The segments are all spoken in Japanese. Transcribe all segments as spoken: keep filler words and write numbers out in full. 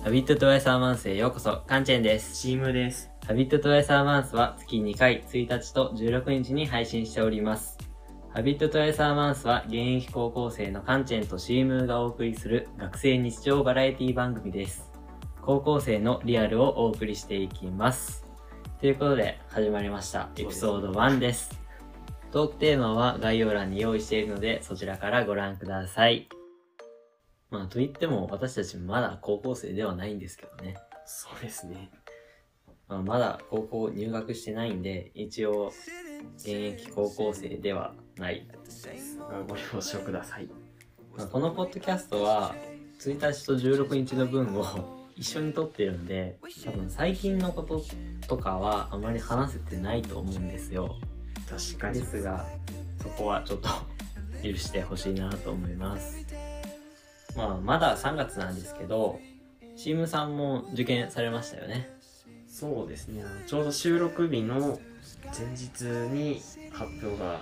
ハビットトワイサーマンスへようこそ、カンチェンです。 チームです。 ハビットトワイサーマンスは月にかい、ついたちとじゅうろくにちに配信しております。ハビットトワイサーマンスは現役高校生のカンチェンとシームーがお送りする学生日常バラエティ番組です。高校生のリアルをお送りしていきます。ということで始まりました。エピソードワンです。トークテーマは概要欄に用意しているのでそちらからご覧ください。まあといっても私たちまだ高校生ではないんですけどね。 そうですね。 まあ、まだ高校入学してないんで一応現役高校生ではないです。 ご了承ください。 まあ、このポッドキャストはついたちとじゅうろくにちの分を一緒に撮ってるんで、多分最近のこととかはあまり話せてないと思うんですよ。 確かに。 ですがそこはちょっと許してほしいなと思います。まあまださんがつなんですけど、チームさんも受験されましたよね。 そうですね。ちょうど収録日の前日に発表があって、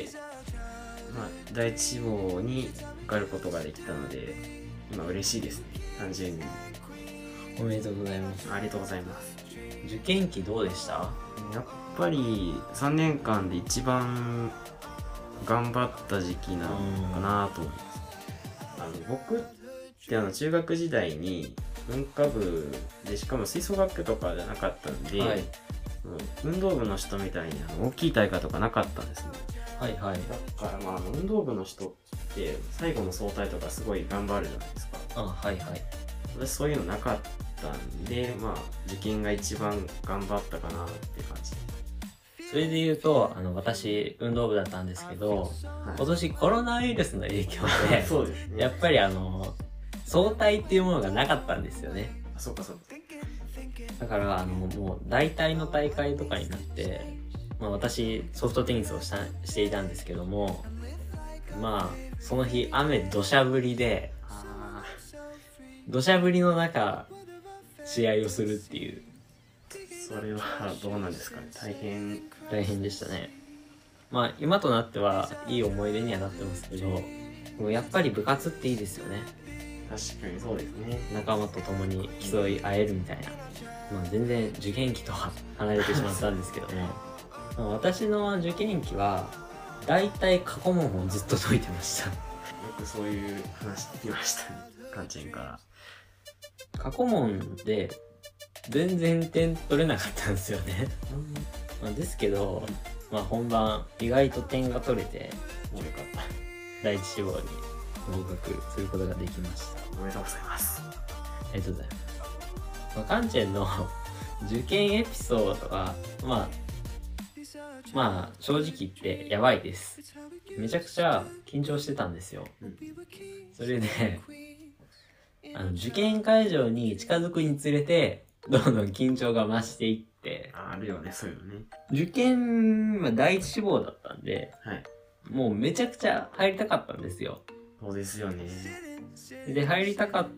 まあ第一志望に受かることができたので、今嬉しいですね。単純に。 おめでとうございます。 ありがとうございます。 受験期どうでした？ やっぱりさんねんかんで一番頑張った時期なのかなと思います。あの僕ってあの中学時代に文化部で、しかも吹奏楽とかじゃなかったんで、はい、運動部の人みたいにあの大きい大会とかなかったんですね。 はいはい。 だからまあ運動部の人って最後の総体とかすごい頑張るじゃないですか。 あ、はいはい。 私そういうのなかったんで、まあ受験が一番頑張ったかなって感じ。 それで言うと、あの私運動部だったんですけど、はい、今年コロナウイルスの影響でそうですね。 やっぱりあの総体っていうものがなかったんですよね。 あ、そうかそうか。 だからあのもう大体の大会とかになって、まあ、私ソフトテニスをしたしていたんですけども、まあその日雨土砂降りで、土砂降りの中試合をするっていう。 それはどうなんですかね。大変大変でしたね。まあ今となってはいい思い出にはなってますけど、もうやっぱり部活っていいですよね。 確かにそうですね。 仲間と共に競い合えるみたいな。まあ全然受験期とは離れてしまったんですけども、まあ、私の受験期はだいたい過去問をずっと解いてました。よくそういう話聞きましたね。カンチェンから。 過去問で全然点取れなかったんですよね。まあですけど、まあ本番意外と点が取れて、 もうよかった。 第一志望に合格することができました。 おめでとうございます。 ありがとうございます。まあ、カンチェンの受験エピソードは、まあ、まあ正直言ってやばいです。めちゃくちゃ緊張してたんですよ。うん、それで、あの受験会場に近づくにつれて、どんどん緊張が増していって。 あるよね、そういうのね。 受験、まあ第一志望だったんで、 はい、もうめちゃくちゃ入りたかったんですよ。 そうですよね。 で、入りたかって、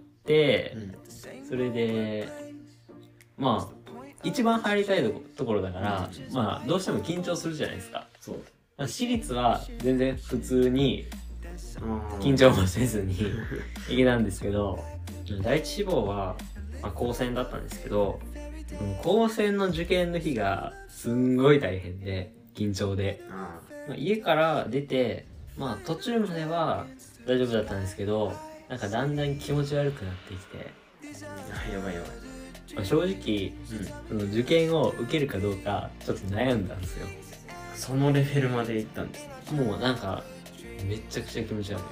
うん、それで、まあ、一番入りたいところだから、うん、まあ、どうしても緊張するじゃないですか。そう。私立は全然普通に、緊張もせずにいけたんですけど、第一志望は、まあ、高専だったんですけど、高専の受験の日がすんごい大変で、緊張で。まあ、家から出て、まあ途中までは大丈夫だったんですけど、なんかだんだん気持ち悪くなってきて。 やばいやばい。 まあ、正直、うん、その受験を受けるかどうかちょっと悩んだんですよ。 そのレベルまでいったんですね。 もうなんか、めっちゃくちゃ気持ち悪い。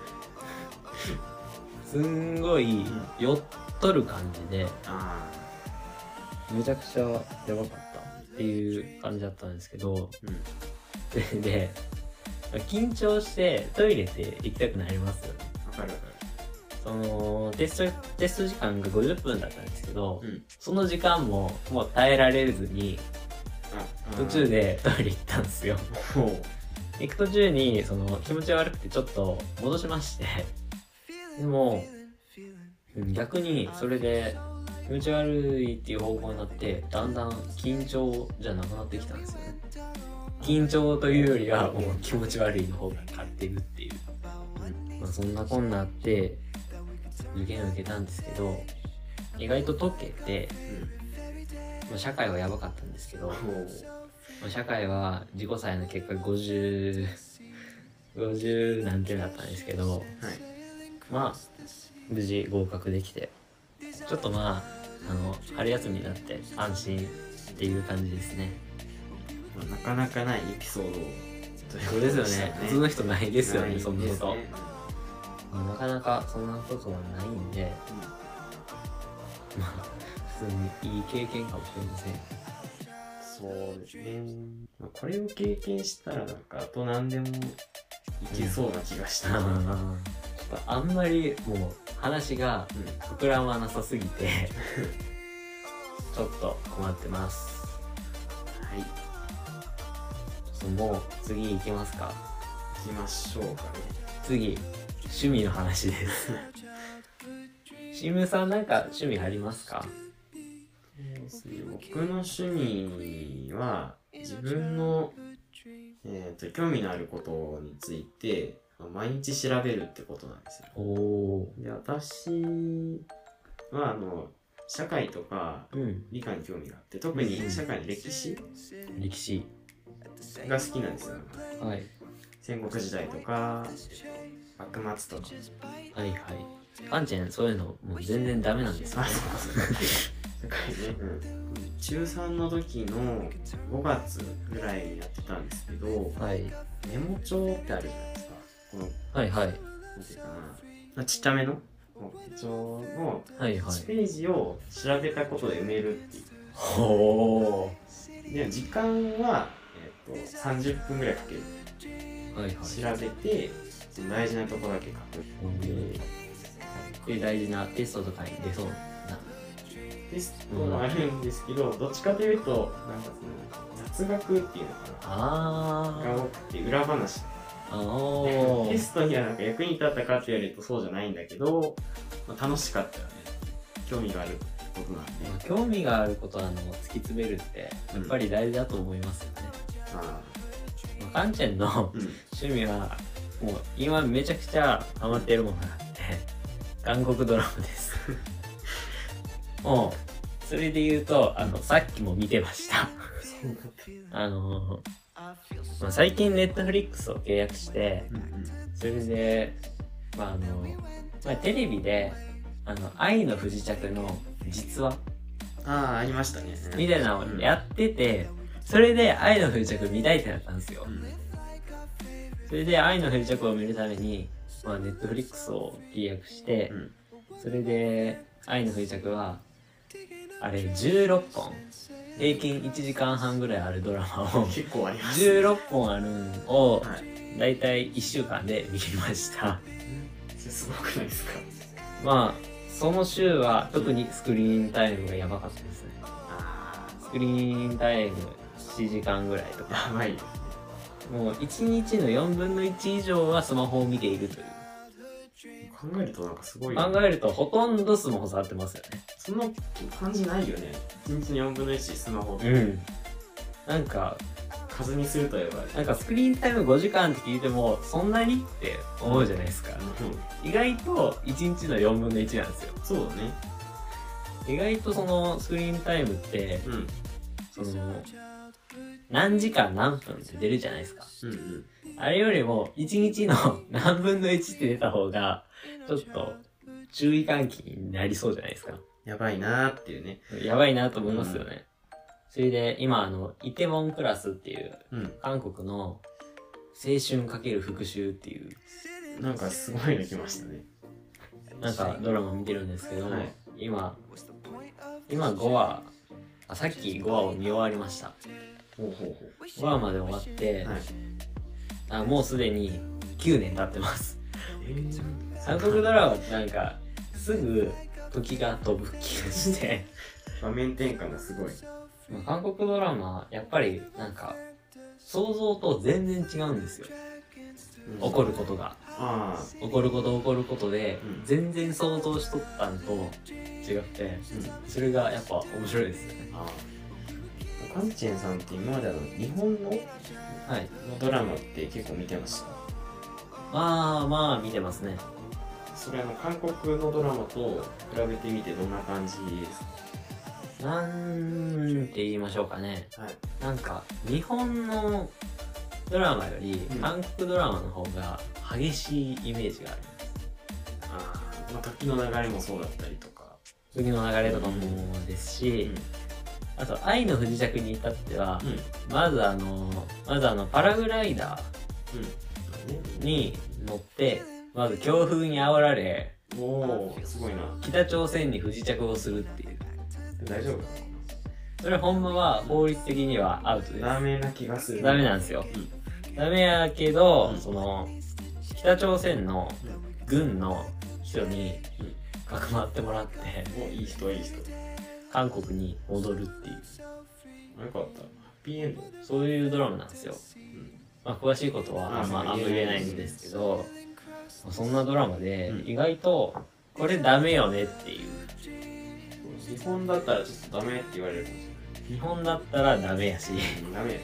すんごい酔っとる感じで、めちゃくちゃやばかったっていう感じだったんですけど、うん、で, で緊張してトイレって行きたくなりますよね。 わかるわかる。 そのテストテスト時間がごじゅっぷんだったんですけど、うん、その時間ももう耐えられずに途中でトイレ行ったんですよ。行く途中にその気持ち悪くてちょっと戻しまして、でも逆にそれで気持ち悪いっていう方向になってだんだん緊張じゃなくなってきたんですよね。緊張というよりはもう気持ち悪いの方が勝ってるっていう、まあ、そんなこんなあって受験を受けたんですけど、意外と解けて、まあ、社会はやばかったんですけど、まあ、社会は自己採の結果ごじゅう、ごじゅう何点だったんですけど、はい、まあ無事合格できて、ちょっとまああの春休みになって安心っていう感じですね。 まあ、なかなかないエピソードそうですよね。普通の人ないですよね、そんなこと、 ね、 まあ、なかなかそんなことはないんで、うん、まあ普通にいい経験かもしれません。 そうですね、まあ、これを経験したらなんかあと何でもいけそうな気がした、うん、 あんまりもう話が膨らまなさすぎて、うん、ちょっと困ってます。はい、もう次行きますか。 行きましょうかね。 次趣味の話ですしむさんなんか趣味ありますか？ 僕の趣味は自分の、えー、と興味のあることについて毎日調べるってことなんですよ。おで私はあの社会とか理科に興味があって、うん、特に社会の歴史、 うん、歴史が好きなんですよ。 はい、 戦国時代とか幕末とか。 はいはい。アンチェンそういうのもう全然ダメなんですよね。 社会ね、うん、中さんの時のごがつぐらいにやってたんですけど、はい、メモ帳ってあるじゃないですか。このはいはい。 なんていうかな、ちっちゃめの手帳のいちページを調べたことで埋めるっていう。ほー。で時間は、えー、とさんじゅっぷんぐらいかける。はいはい。調べて大事なところだけ書く。 で大事なテストとかに出そうな。 テストもあるんですけど、うん、どっちかというとなんかその雑学っていうのかな。あが多くて裏話。あテストにはなんか役に立ったかって言われるとそうじゃないんだけど、まあ、楽しかったよね。興味があることなんで、まあ、 興味があることなのを突き詰めるってやっぱり大事だと思いますよね。うん、あカンチェンの趣味はもう今めちゃくちゃハマってるものがあって韓国ドラマですもうそれで言うとあのさっきも見てましたあのまあ、最近ネットフリックスを契約して、うんうん、それで、まああのまあ、テレビであの愛の不時着の実話ああありましたねみたいなのをやってて、うん、それで愛の不時着見たいってなったんですよ、うん、それで愛の不時着を見るために、まあ、ネットフリックスを契約して、うん、それで愛の不時着はあれじゅうろっぽん平均いちじかんはんぐらいあるドラマを結構あります、 ね、じゅうろっぽんあるんをだいたいいっしゅうかんで見ましたすごくないですか？ まあその週は特にスクリーンタイムがやばかったですね。スクリーンタイムしちじかんぐらいとかやばいですね。もういちにちのよんぶんのいち以上はスマホを見ているという。 考えるとなんかすごい、 ね、考えるとほとんどスマホ触ってますよね。 そんな感じないよね。いちにちのよんぶんのいちスマホって、 うん、なんか数にするとやばい。 なんかスクリーンタイムごじかんって聞いてもそんなにって思うじゃないですか、うん、意外といちにちのよんぶんのいちなんですよ。 そうだね。 意外とそのスクリーンタイムって、うん、その何時間何分って出るじゃないですか、うんうん、あれよりもいちにちの何分のいちって出た方がちょっと注意喚起になりそうじゃないですか。 やばいなーっていうね。 やばいなと思いますよね、うん、それで今あのイテウォンクラスっていう、うん、韓国の青春×復讐っていうなんかすごいの来ましたね。 なんかドラマ見てるんですけども、はい、今今ごわあさっきごわを見終わりました。ほうほうほうごわまで終わって、はい、あもうすでにきゅうねん経ってます。えー、韓国ドラマってなんかすぐ時が飛ぶ気がして場面転換がすごい。 韓国ドラマやっぱりなんか想像と全然違うんですよ、うん、起こることがあ起こること起こることで、うん、全然想像しとったんと違って、うん、それがやっぱ面白いですよね。あカンチェンさんって今まであの日本の、はい、ドラマって結構見てました？ まあまあ見てますね。 それあの韓国のドラマと比べてみてどんな感じですか？ なんて言いましょうかね。 はい。 なんか日本のドラマよりうん韓国ドラマの方が激しいイメージがあります。 ああ、まあ、時の流れもそうだったりとか。 時の流れとかもですし、あと愛の不時着に至っては、 うん。うん。 まずあのまずあのパラグライダうん。 ーに乗ってまず強風に煽られ、 おおー、すごいな。 北朝鮮に不時着をするっていう。 大丈夫かそれほんまは法律的にはアウトです。 な？ダメな気がする。 ダメなんですよ。 うん。 ダメやけど、 うんその北朝鮮の軍の人にかくまってもらってお、いい人、いい人。 韓国に戻るっていう、 よかった。ハッピーエンド。 そういうドラマなんですよ。 うん。 まあ詳しいことはあんまあんま言えないんですけど、そんなドラマでうん意外とこれダメよねっていう。 日本だったらちょっとダメって言われるかもし日本だったらダメやし、 れない。ダメやね。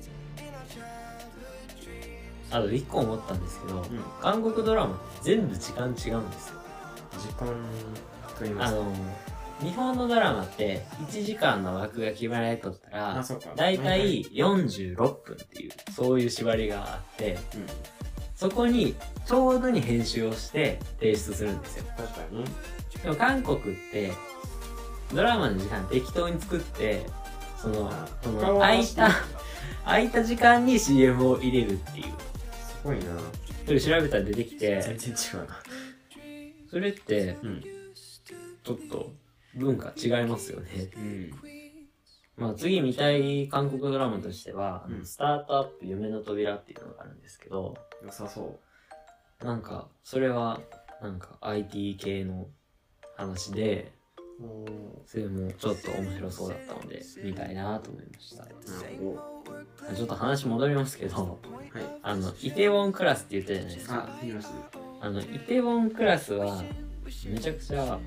あと一個思ったんですけど、 うん。 韓国ドラマって全部時間違うんですよ。 時間と言いますか。 あの日本のドラマっていちじかんの枠が決められとったらあ、そうか。 だいたいよんじゅうろっぷんっていうそういう縛りがあって、 うん。 そこにちょうどに編集をして提出するんですよ。 確かに。 でも韓国ってドラマの時間適当に作ってそのその空いた空いた時間に シーエム を入れるっていう、 すごいな。 それ調べたら出てきて、 全然違うな。 それってうん。 ちょっと文化違いますよね。 うん。 まあ次見たい韓国ドラマとしては、 うんスタートアップ夢の扉っていうのがあるんですけど、 良さそなんかそれはなんか アイティー 系の話で、 う。おー。 それもちょっと面白そうだったので見たいなと思いました。 なるほちょっと話戻りますけど、 ど。はい。 あのイテウォンクラスって言ったじゃないですか。 あ、見ました。 あのイテウォンクラスはめちゃくちゃ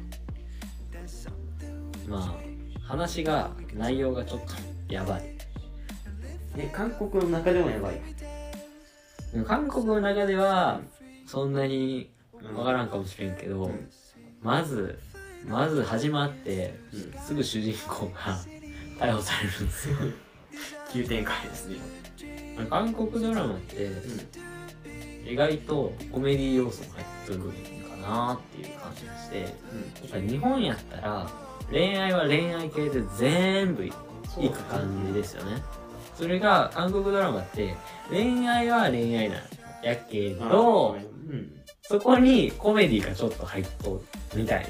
まあ話が内容がちょっとやばい。 え、韓国の中でもやばい。 韓国の中ではそんなにわからんかもしれんけど、 うんまずまず始まってうん。 すぐ主人公が逮捕されるんですよ。 急展開ですね。 韓国ドラマって意外とコメディ要素も入ってくるんかなっていう感じがして、やっぱり日本やったら恋愛は恋愛系で全部いうん。 く感じですよね。それが韓国ドラマって恋愛は恋愛なんやけど、 うん。 そこにコメディがちょっと入っとるみたい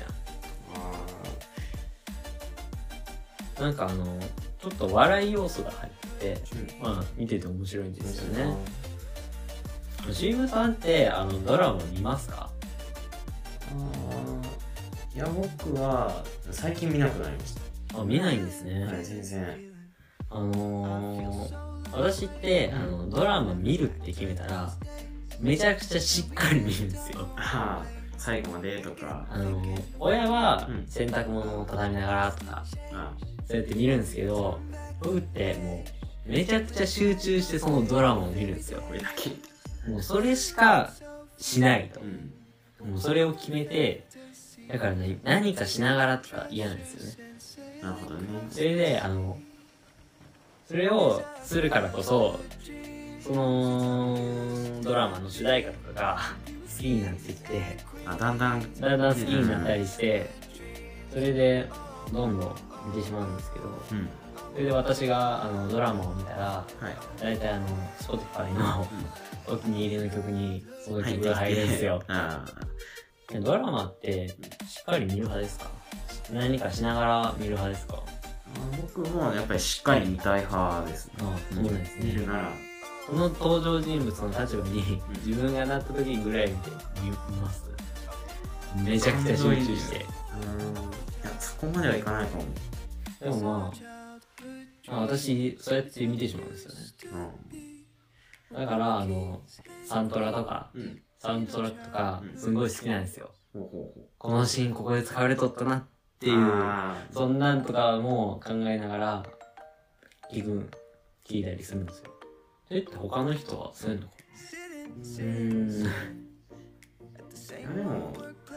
あな。なんかあのちょっと笑い要素が入ってて、 ー。 まあ見てて面白いんうん。 ですよね。チームさんってあのドラマ見ますか？ あー。いや、僕は最近見なくなりましあ、見ないんですね。 た。はい、全然。 あのー、私ってあのドラマ見るって決めたらめちゃくちゃしっかり見るんですよ。 ああ、最後までとか。 あのー、親はうん洗濯物を畳みながらとかあそうやって見るんですけど、僕ってもうめちゃくちゃ集中してそのドラマを見るんですよ。 これだけ。 もうそれしかしないと。 うん。 もうそれを決めて、だからね、何かしながらとか嫌なんですよね。 なるほどね。 それで、あの、それをするからこそ、そのドラマの主題歌とかが好きになってきて、 あ、だんだん。 だんだん好きになったりして、それでどんどん見てしまうんですけど、 うん。 それで私があのドラマを見たら、 はい。 だいたいあの、Spotify のお気に入りの曲にその曲が入るんですよ。 ああ。 ドラマってしっかり見る派ですか？何かしながら見る派ですか？ 僕もやっぱりしっかり見たい派ですね。 あそうなんですね。 見るなら。 この登場人物の立場に自分がなった時ぐらい見て見ます。めちゃくちゃ集中して。 うーん。いや、そこまではいかないかも。 でもまあ、まあ私、そうやって見てしまうんですよね。だから、あの、サントラとか、 うん。うん。 サウンドトラックとか、すんごい好きなんですよ。 ほうほうほう。 このシーンここで使われとったなっていう、 あーそんなんとかも考えながら、聞く、聞いたりするんですよ。それって他の人はそういうのかな？うーん。 いやでも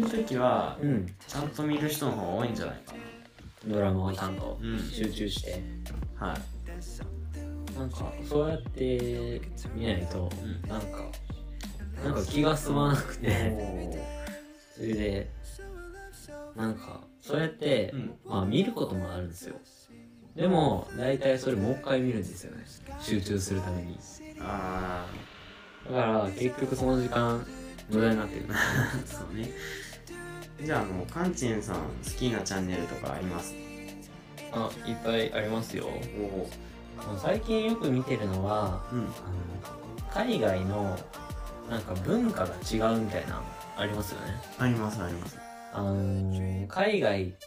時はうんちゃんと見る人の方が多いんじゃないかな。 ドラマをちゃんとうん集中して、 はいなんかそうやって見ないと、 うんなんかなんか気が済まなくておそれでなんかそうやって、 うんまあ見ることもあるんですよ。でも大体それもう一回見るんですよね、集中するために。 あだから結局その時間無駄になってるあそうね。じゃああのカンチンさん好きなチャンネルとかあります？ あ、いっぱいありますよ。 おお最近よく見てるのは、 うんあの海外のなんか文化が違うみたいなのありますよね。 ありますあります。 あのー、海外って、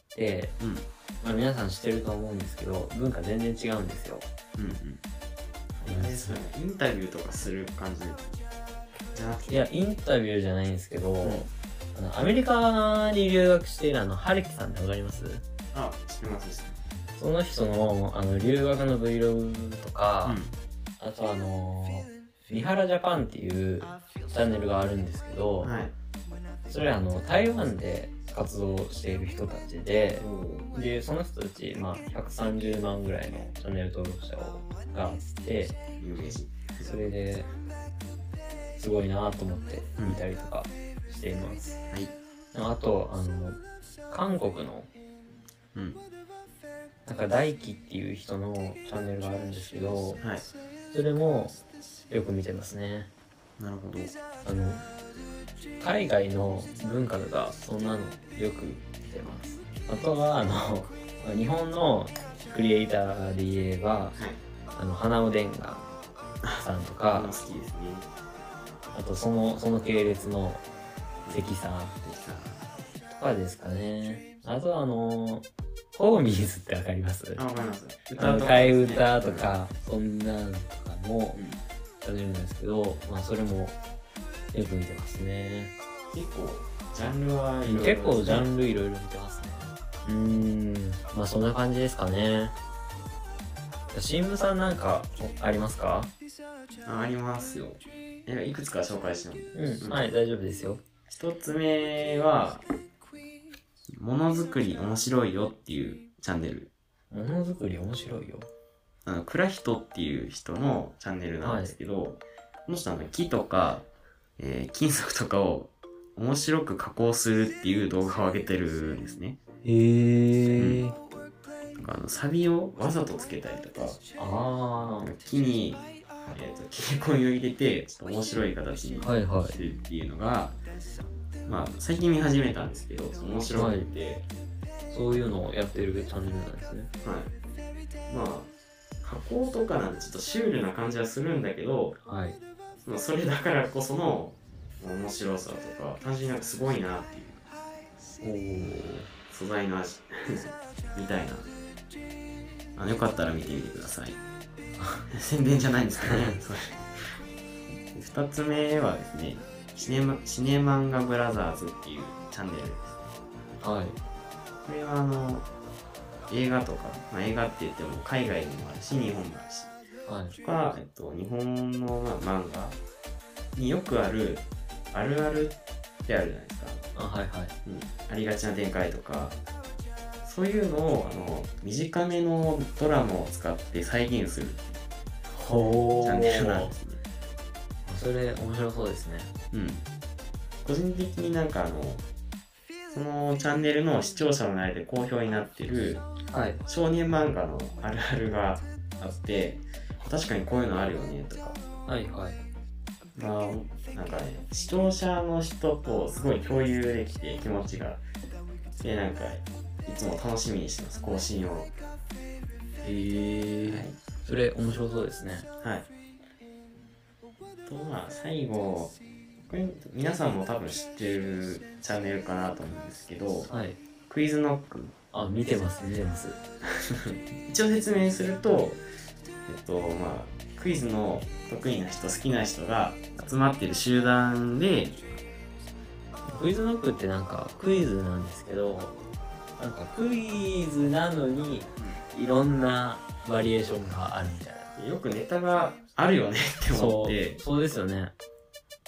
うんまあ、皆さん知ってると思うんですけど文化全然違うんですよ。 うんうんあれですよね、インタビューとかする感じじゃなくて。 いやインタビューじゃないんですけど、 んあのアメリカに留学しているあの春樹さんってわかります？ あ、知ってます。 その人のあの留学の Vlog とか、 うあとあのー、三原ジャパンっていうチャンネルがあるんですけど、 んはい。 それはあの台湾で活動している人たちで、 おでその人たち、まあ、ひゃくさんじゅうまんぐらいのチャンネル登録者があって有名人。 それですごいなと思って見たりとかしています、 はい。 あとあの韓国のうんなんか大輝っていう人のチャンネルがあるんですけどはい。 それもよく見てますね。 なるほど。 あの海外の文化とかそんなのよく見てます。あとはあの日本のクリエイターで言えばはい。 あの花尾伝願さんとか好きですね。 あとそのその系列の関さんでさとかですかね。あとはあのホーミーズってわかります？ あ、わかります。 あの替え歌とうんかそんなのとかもうんチャンネルなんですけど、まあそれもよく見てますね。 結構ジャンルはいろいろ結構ジャンルいろいろ見てますね。うーん、まあそんな感じですかね。新聞さんなんかありますか？ あありますよ。えいくつか紹介しよう。 うん、はい、大丈夫ですよ。 一つ目はものづくり面白いよっていうチャンネル。 ものづくり面白いよ。 あのクラヒトっていう人のチャンネルなんですけど、この人は木とか、えー金属とかを面白く加工するっていう動画を上げてるんですね。 へー。 なんかあのサビをわざとつけたりとか、 あ木に、えー、と切れ込みを入れてちょっと面白い形にー。はいはい。 するっていうのが、まあ最近見始めたんですけど、面白くて、はい、 そういうのをやってるチャンネルなんですね。 まあ加工とかなんてちょっとシュールな感じはするんだけど、 はい。 まあそれだからこその面白さとか、単純になんかすごいなっていう、お素材の味みたいな。あのよかったら見てみてください。宣伝じゃないんですけどね。二つ目はですね、シネマ、シネマンガブラザーズっていうチャンネルですね。 はい。 これはあの映画とか、まあ、映画って言っても海外にもあるし日本もあるし、 はい、 とか、えっと、日本の、まあ、漫画によくあるあるあるってあるじゃないですか。 あ、はいはい、 うん、ありがちな展開とかそういうのをあの短めのドラマを使って再現するほーチャンネルなんですね。 それ面白そうですね。 うん。個人的になんかあのそのチャンネルの視聴者の間で好評になってるはい、 少年漫画のあるあるがあって、確かにこういうのあるよねとか、 はいはい、 まあなんかね、視聴者の人とすごい共有できて気持ちがで、なんかいつも楽しみにしてます、更新を。 へー、はい、それ面白そうですね。 はい。とまあ最後、これ皆さんも多分知ってるチャンネルかなと思うんですけど、 はい、 クイズノック。 あ、見てます見てます一応説明すると、えっとまあクイズの得意な人、好きな人が集まってる集団で、 クイズノックってなんかクイズなんですけど、なんかクイズなのにいろんなバリエーションがあるみたいな。 よくネタがあるよねって思って、 そう、そうですよね。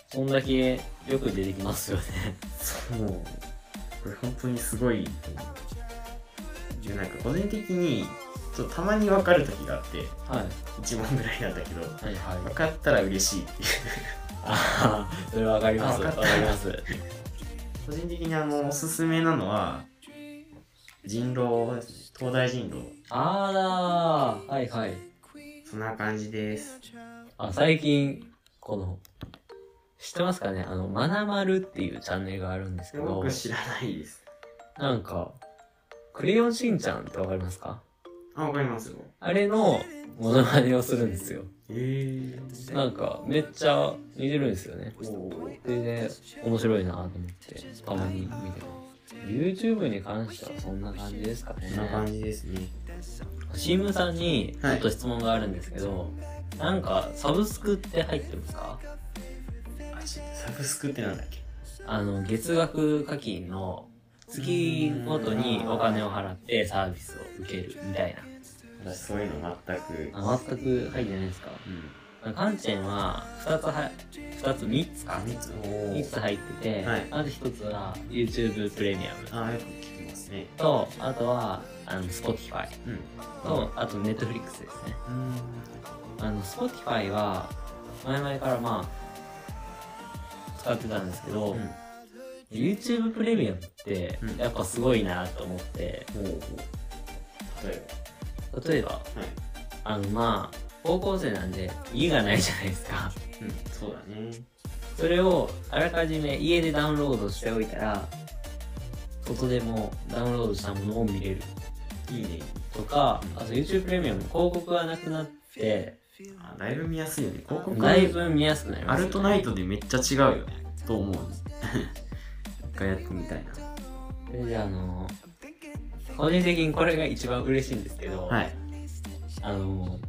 そんだけよく出てきますよね。 そうこれ本当にすごいで、なんか個人的にちょっとたまに分かる時があって、 はい、 いちまんぐらいなんだけど、 はいはい、 分かったら嬉しいっていうああ、それ分かります。分かります。 個人的にあのおすすめなのは人狼ですね。東大人狼。 ああ、はいはい。 そんな感じです。 あ、最近この知ってますかね、あのまなまるっていうチャンネルがあるんですけど。 僕知らないです。 なんかクレヨンしんちゃんってわかりますか？ あ、わかりますよ。 あれのモノマネをするんですよ。 へー。 なんかめっちゃ似てるんですよね。それで面白いなと思ってたまに見てます。YouTube に関してはそんな感じですかね。 そんな感じですね。 シームさんにちょっと質問があるんですけど、はい、なんかサブスクって入ってますか？ あ、サブスクってなんだっけ？ あの月額課金の月ごとにお金を払ってサービスを受けるみたいな。 私そういうの全くあ、全く入ってないですか？うん。カンチェンはふたつはふたつみっつかみっつみっつ入ってて、はい、あとひとつは YouTube プレミアム。 あ、よく聞きますね。 と、あとはあの Spotify、うん、と、あと Netflix ですね。うん。あの Spotify は前々からまあ使ってたんですけど、うん、YouTube プレミアムってやっぱすごいなと思って、うん、例えば例えば、はい、あのまあ高校生なんで家がないじゃないですか。 うん、そうだね。 それをあらかじめ家でダウンロードしておいたら外でもダウンロードしたものを見れる。いいね。とか、あと YouTube プレミアム広告がなくなって、 あ、だいぶ見やすいよね。広告だいぶ見やすくなります、 ね。アルトナイトでめっちゃ違うよねと思う。一回やってみたいな。 それであの個人的にこれが一番嬉しいんですけど、はい、あの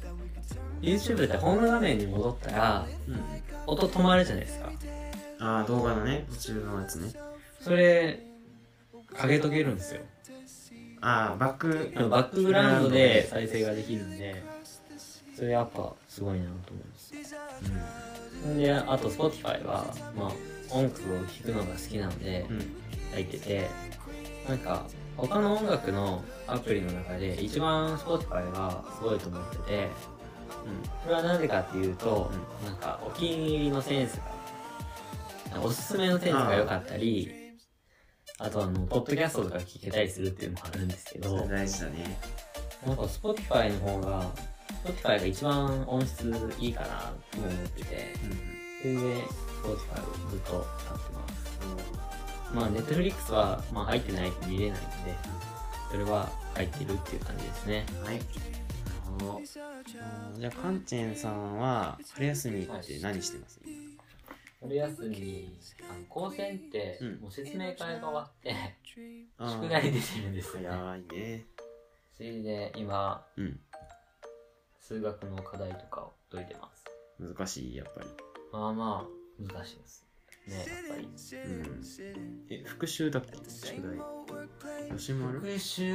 YouTube ってホーム画面に戻ったら、うん、音止まるじゃないですか。 ああ、動画のね、途中のやつね。 それ影解けるんですよ。 ああ、バックバックグラウンドで再生ができるんで、それやっぱすごいなと思います。うん。で、あと Spotify はまあ音楽を聴くのが好きなので入ってて、うん、なんか他の音楽のアプリの中で一番 Spotify がすごいと思ってて、うん、それはなんでかっていうと、うん、なんかお気に入りのセンスが、おすすめのセンスが良かったり、あとあのポッドキャストとか聞けたりするっていうのもあるんですけど、 大事だね。 なんか Spotify の方が Spotify が一番音質いいかなと思ってて、うん、それで Spotify をずっと使ってます。うん、まあ Netflix はまあ入ってないと見れないんで、それは入ってるっていう感じですね。 はい。あのじゃあカンチェンさんは春休みって何してます？はい、 春休み、あの高専ってもう説明会が終わって、うん、宿題出てるんですよね。 やばいね。 それで今、うん、数学の課題とかを解いてます。 難しい、やっぱり。 まあまあ難しいですね、やっぱり。うん、 え、復習だっけ、宿題。予習もある？ 復習、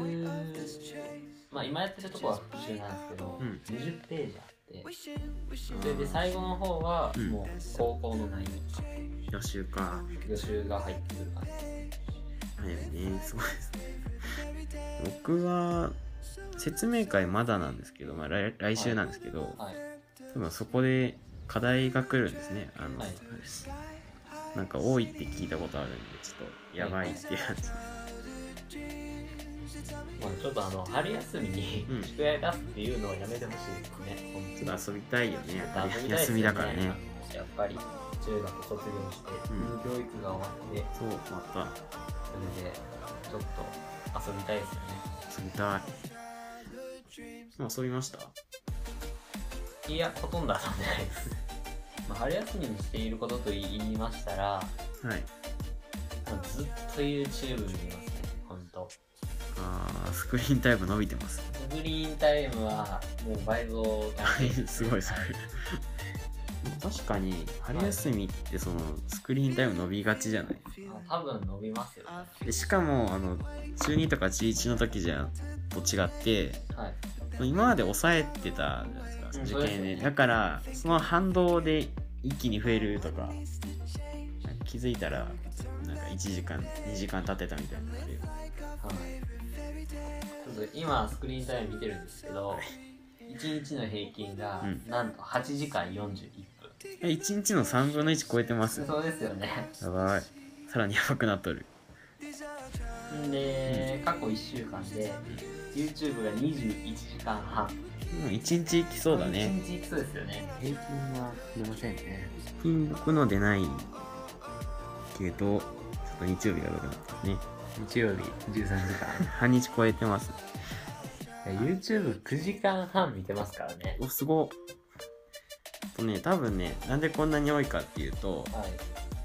まあ今やってるとこは復習なんですけど、うん、にじゅうページあって、それで最後の方はもう高校の内容か、 うん、予習か。 予習が入ってくる感じです。 はいね、すごいですね。僕は説明会まだなんですけど、まあ、来, 来週なんですけど、はいはい、そこで課題が来るんですね。あの、はい、なんか多いって聞いたことあるんで、ちょっとやばいっていう感じ。 まあ、ちょっとあの春休みに宿題出すっていうのをやめてほしいですね。 うん、ちょっと遊びたいよね。やっぱり休みだからね。 やっぱり中学卒業して、うん、教育が終わって、 そう、またそれでちょっと遊びたいですよね。 遊びたい。もう遊びました？ いや、ほとんど遊んでないです。まあ、春休みにしていることと言いましたら、はい、まあ、ずっと YouTube 見ますね、ほんと。 あー、スクリーンタイム伸びてます。 スクリーンタイムはもう倍増すごいすごい。確かに春休みってそのスクリーンタイム伸びがちじゃない？ 多分伸びますよ、ね。 でしかもあの中にとか中いちの時じゃと違って、はい、今まで抑えてたじゃないですか、受験で、ね。だからその反動で一気に増えるとか、気づいたらなんかいちじかんにじかん経ってたみたいなのあるよ。 はい、ちょっと今スクリーンタイム見てるんですけど、いちにちの平均がなんとはちじかんよんじゅういっぷん、 いちにちのさんぶんのいち超えてます。 そうですよね。 やばい、さらにやばくなっとる。 で、うん、過去いっしゅうかんで YouTube がにじゅういちじかんはん。 もういちにちいきそうだね。 いちにちいきそうですよね。平均は出ませんね。 平均僕の出ないけど、ちょっと日曜日がどうかなったね。 日曜日じゅうさんじかん。 半日超えてます。 YouTube くじかんはん見てますからね。 お、すごっ。とね、多分ね、なんでこんなに多いかっていうと、 はい、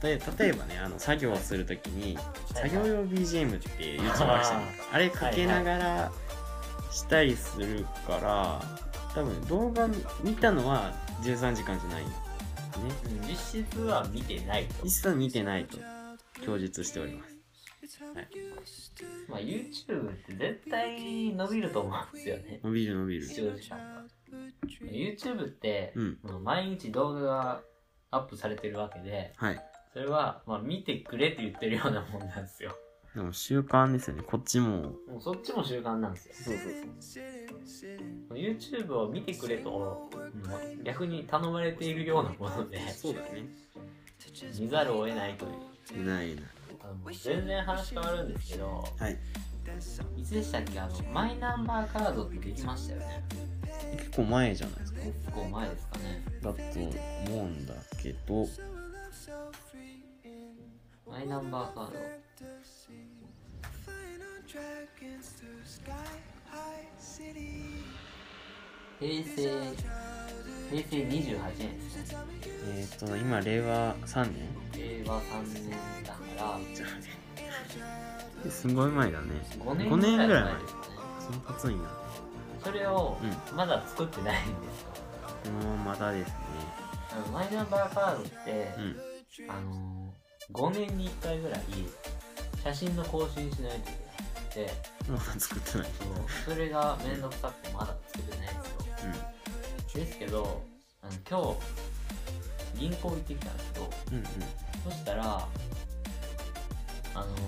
例えばね、あの作業をするときに、作業用 ビージーエム って YouTube あるじゃないですか。あれかけながらしたりするから、多分動画見たのはじゅうさんじかんじゃないんですね。 うん、実質は見てないと。 実質は見てないと供述しております。はい、 まあ YouTube って絶対伸びると思うんですよね。 伸びる伸びる。 視聴時間が。YouTube って、 うん、 毎日動画がアップされてるわけで、 はい、 それは、まあ、見てくれって言ってるようなもんなんですよ。 でも習慣ですよね、こっちも。 もうそっちも習慣なんですよ。そうそうそう。YouTube を見てくれと、うん、逆に頼まれているようなもので、 そうだね。 見ざるを得ないという。 いないな。 あの全然話変わるんですけど、 はい。 いつでしたっけ、あのマイナンバーカードってできましたよね。 結構前じゃないですか。 結構前ですかね。 だと思うんだけど、 マイナンバーカード。平成平成にじゅうはちねんですね。 えっ、ー、と今令和さんねん。令和さんねんだからじゃあね。すごい前だね。 ごねんぐらい前ですね。 その経つんや。 それをまだ作ってないんですよ。 もうまだですね。 マイナンバーカードって、うん、あのー、ごねんにいっかいぐらい写真の更新しないといけないってまだ作ってない。 そう、それがめんどくさくてまだ作ってないんですよ。うん、ですけど、あの今日銀行行ってきたんですけど、うんうん、そしたらあのー、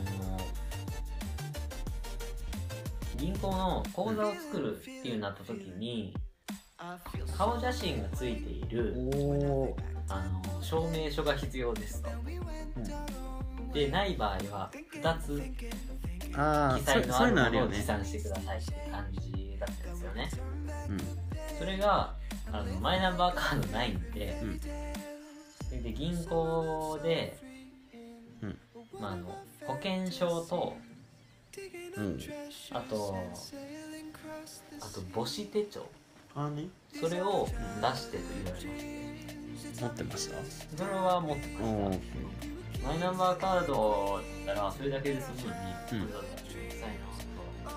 銀行の口座を作るっていうなった時に、顔写真がついているあの証明書が必要ですと、うん、でない場合はふたつ記載のあるものを持参してくださいっていう感じだったんですよね。うん、それがあのマイナンバーカードないんで、うん、で銀行で、うんまあ、あの保険証と、うん、あとあと母子手帳、 あ、ね、 それを出してと言われまして。 持ってました？ それは持ってました。マイナンバーカードだったらそれだけで済むのに、うん、これだったら小さいな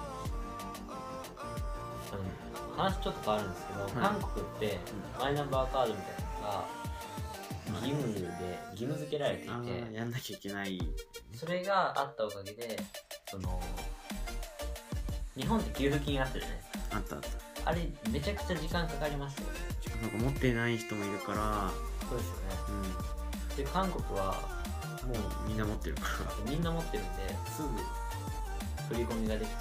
と、うん、話ちょっと変わるんですけど、はい、韓国って、うん、マイナンバーカードみたいなのが義務で義務付けられていて、 あ、やんなきゃいけない。 それがあったおかげで、その日本って給付金あったじゃないですか。 あったあった。 あれめちゃくちゃ時間かかりましたよね。 なんか持ってない人もいるから。 そうですよね。うん、で韓国はもうみんな持ってるからみんな持ってるんですぐ振り込みができて、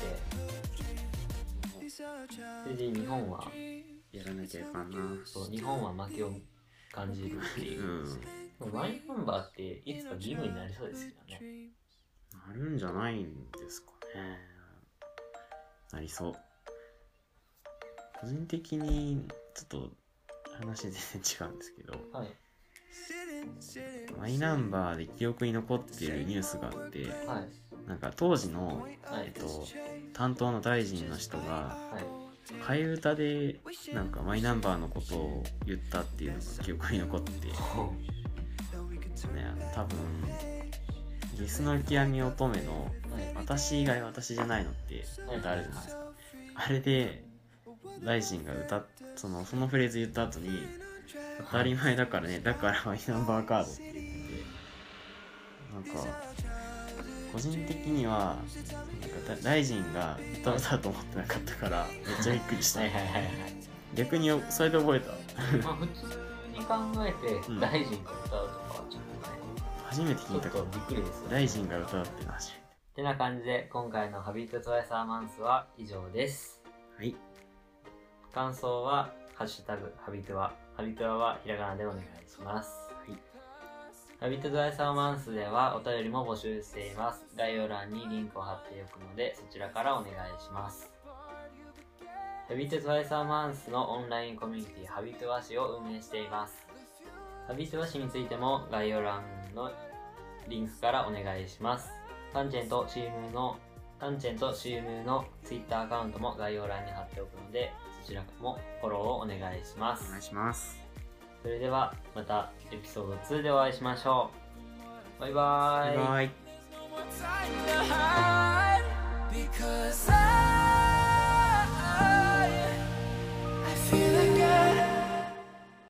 それで日本はやらなきゃいかんな。 そう日本は負けを感じるっていう、うん、マイナンバーっていつか義務になりそうですけどね。 なるんじゃないんですかね。なりそう。個人的にちょっと話全然違うんですけど、はい、マイナンバーで記憶に残っているニュースがあって、はい、なんか当時の、はいえっと、担当の大臣の人が、はい替え歌でなんかマイナンバーのことを言ったっていうのが記憶に残ってて、ね、多分ゲスの極み乙女の私以外私じゃないのって歌あるじゃないですか。あれで大臣が歌っそのそのフレーズ言った後に当たり前だからね、だからマイナンバーカードって言って、なんか個人的にはなんか大臣が歌うだと思ってなかったからめっちゃびっくりした。はいはいはいはい。逆にそれで覚えた。 まあ普通にに考えて、 うん、 大臣が歌うとかはちょっとね、 初めて聞いたちょっとびっくりですよね。 大臣が歌うってのは初めて。 てな感じで、今回のハビットトワイサーマンスは以上です。 はい。 感想は、ハッシュタグ、ハビトワ。ハビトワはひらがなでお願いします。 はい。 ハビットトワイサーマンスではお便りも募集しています。概要欄にリンクを貼っておくので、そちらからお願いします。ハビットトワイサーマンスのオンラインコミュニティハビットワシを運営しています。ハビットワシについても概要欄のリンクからお願いします。タンチェンとシームのタンチェンとシームの Twitter アカウントも概要欄に貼っておくので、そちらもフォローをお願いします。 お願いします。 それではまたエピソードツーでお会いしましょう。バイバーイ。 バイバイ。 I feel like